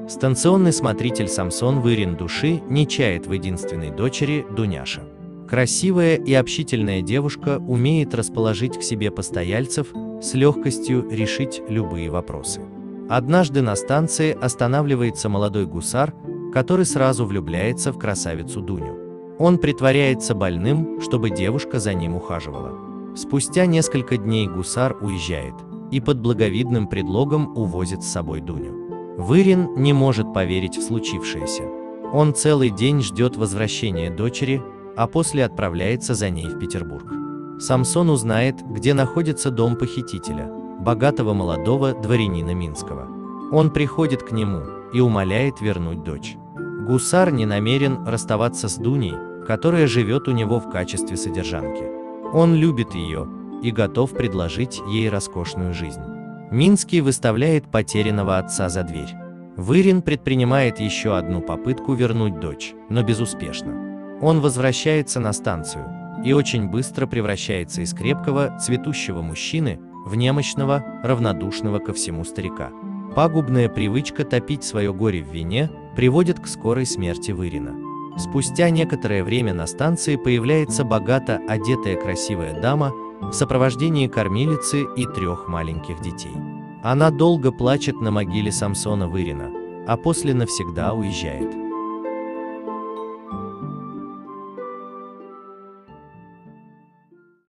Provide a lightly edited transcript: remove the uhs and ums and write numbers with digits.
Станционный смотритель Самсон Вырин души не чает в единственной дочери Дуняше. Красивая и общительная девушка умеет расположить к себе постояльцев, с легкостью решить любые вопросы. Однажды на станции останавливается молодой гусар, который сразу влюбляется в красавицу Дуню. Он притворяется больным, чтобы девушка за ним ухаживала. Спустя несколько дней гусар уезжает и под благовидным предлогом увозит с собой Дуню. Вырин не может поверить в случившееся. Он целый день ждет возвращения дочери, а после отправляется за ней в Петербург. Самсон узнает, где находится дом похитителя, богатого молодого дворянина Минского. Он приходит к нему и умоляет вернуть дочь. Гусар не намерен расставаться с Дуней, которая живет у него в качестве содержанки. Он любит ее и готов предложить ей роскошную жизнь. Минский выставляет потерянного отца за дверь. Вырин предпринимает еще одну попытку вернуть дочь, но безуспешно. Он возвращается на станцию и очень быстро превращается из крепкого, цветущего мужчины в немощного, равнодушного ко всему старика. Пагубная привычка топить свое горе в вине приводит к скорой смерти Вырина. Спустя некоторое время на станции появляется богато одетая красивая дама в сопровождении кормилицы и 3 маленьких детей. Она долго плачет на могиле Самсона Вырина, а после навсегда уезжает.